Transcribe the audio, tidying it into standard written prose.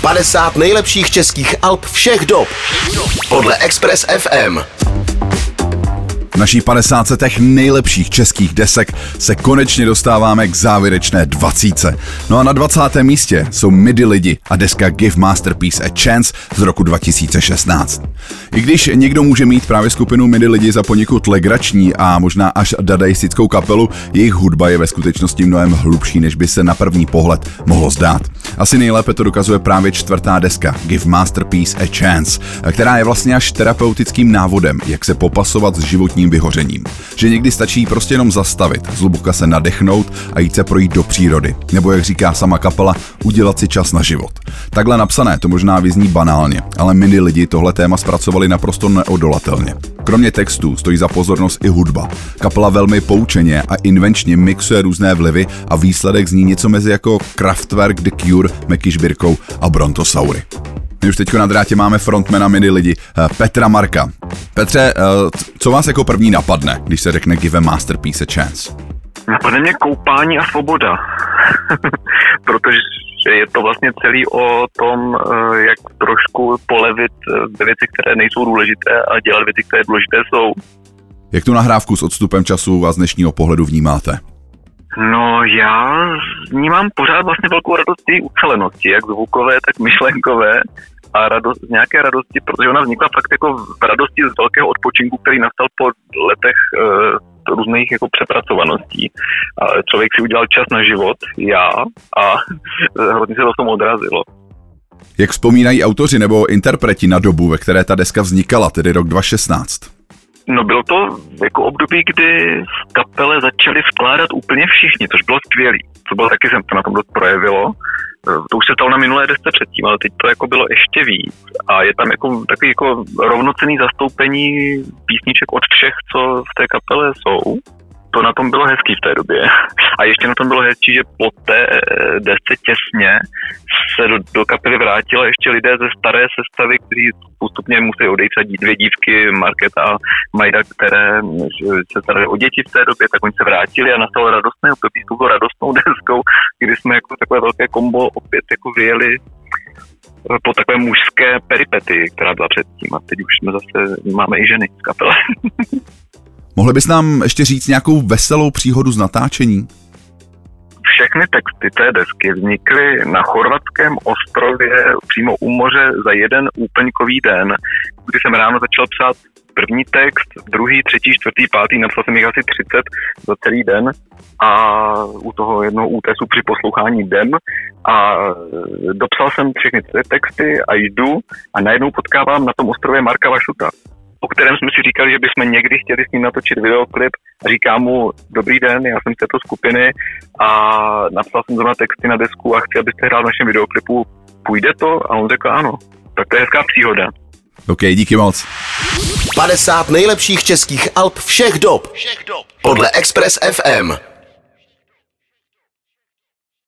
50 nejlepších českých alb všech dob podle Express FM. V naší 50 těch nejlepších českých desek se konečně dostáváme k závěrečné 20. No a na 20. místě jsou Midi Lidi a deska Give Masterpiece a Chance z roku 2016. I když někdo může mít právě skupinu Midi Lidi za poněkud legrační a možná až dadaistickou kapelu, jejich hudba je ve skutečnosti mnohem hlubší, než by se na první pohled mohlo zdát. Asi nejlépe to dokazuje právě čtvrtá deska Give Masterpiece a Chance, která je vlastně až terapeutickým návodem, jak se popasovat s životním vyhořením. Že někdy stačí prostě jenom zastavit, zhluboka se nadechnout a jít se projít do přírody. Nebo jak říká sama kapela, udělat si čas na život. Takhle napsané to možná vyzní banálně, ale Midi Lidi tohle téma zpracovali naprosto neodolatelně. Kromě textů stojí za pozornost i hudba. Kapela velmi poučeně a invenčně mixuje různé vlivy a výsledek zní něco mezi jako Kraftwerk, The Cure, Meky Žbirkou a Brontosaury. My už teďko na drátě máme frontmana Midi Lidi, Petra Marka. Petře, co vás jako první napadne, když se řekne Give a Masterpiece a Chance? Napadne mě koupání a svoboda. Protože je to vlastně celý o tom, jak trošku polevit věci, které nejsou důležité a dělat věci, které důležité jsou. Jak tu nahrávku s odstupem času vás z dnešního pohledu vnímáte? No já vnímám pořád vlastně velkou radost její ucelenosti, jak zvukové, tak myšlenkové a z nějaké radosti, protože ona vznikla fakt jako v radosti z velkého odpočinku, který nastal po letech různých jako přepracovaností. A člověk si udělal čas na život, já, a hrozně se to v tom odrazilo. Jak vzpomínají autoři nebo interpreti na dobu, ve které ta deska vznikala, tedy rok 2016? No bylo to jako období, kdy v kapele začali skládat úplně všichni, což bylo skvělý. To bylo taky, se to na tom dost projevilo. To už se stalo na minulé desce předtím, ale teď to jako bylo ještě víc. A je tam jako takový jako rovnocenný zastoupení písniček od všech, co v té kapele jsou. To na tom bylo hezký v té době. A ještě na tom bylo hezký, že po té desce těsně se do kapely vrátila ještě lidé ze staré sestavy, kteří postupně museli odejít, třeba dvě dívky, Markéta a Majda, které se starali o děti v té době, tak oni se vrátili a nastalo radostné období s touto radostnou deskou, kdy jsme jako takové velké kombo opět jako vyjeli po takové mužské peripety, která byla předtím. A teď už jsme zase máme i ženy v kapele. Mohli bys nám ještě říct nějakou veselou příhodu z natáčení? Všechny texty té desky vznikly na chorvatském ostrově přímo u moře za jeden úplňkový den, kdy jsem ráno začal psát první text, druhý, třetí, čtvrtý, pátý, napsal jsem jich asi 30 za celý den a u toho jednoho útesu při poslouchání jdem a dopsal jsem všechny ty texty a jdu a najednou potkávám na tom ostrově Marka Vašuta, o kterém jsme si říkali, že bychom někdy chtěli s ním natočit videoklip a říkám mu, dobrý den, já jsem z této skupiny a napsal jsem zrovna texty na desku a chci, abyste hrál v našem videoklipu, půjde to? A on řekl ano, tak to je hezká příhoda. OK, díky moc. 50 nejlepších českých alb všech dob podle Express FM.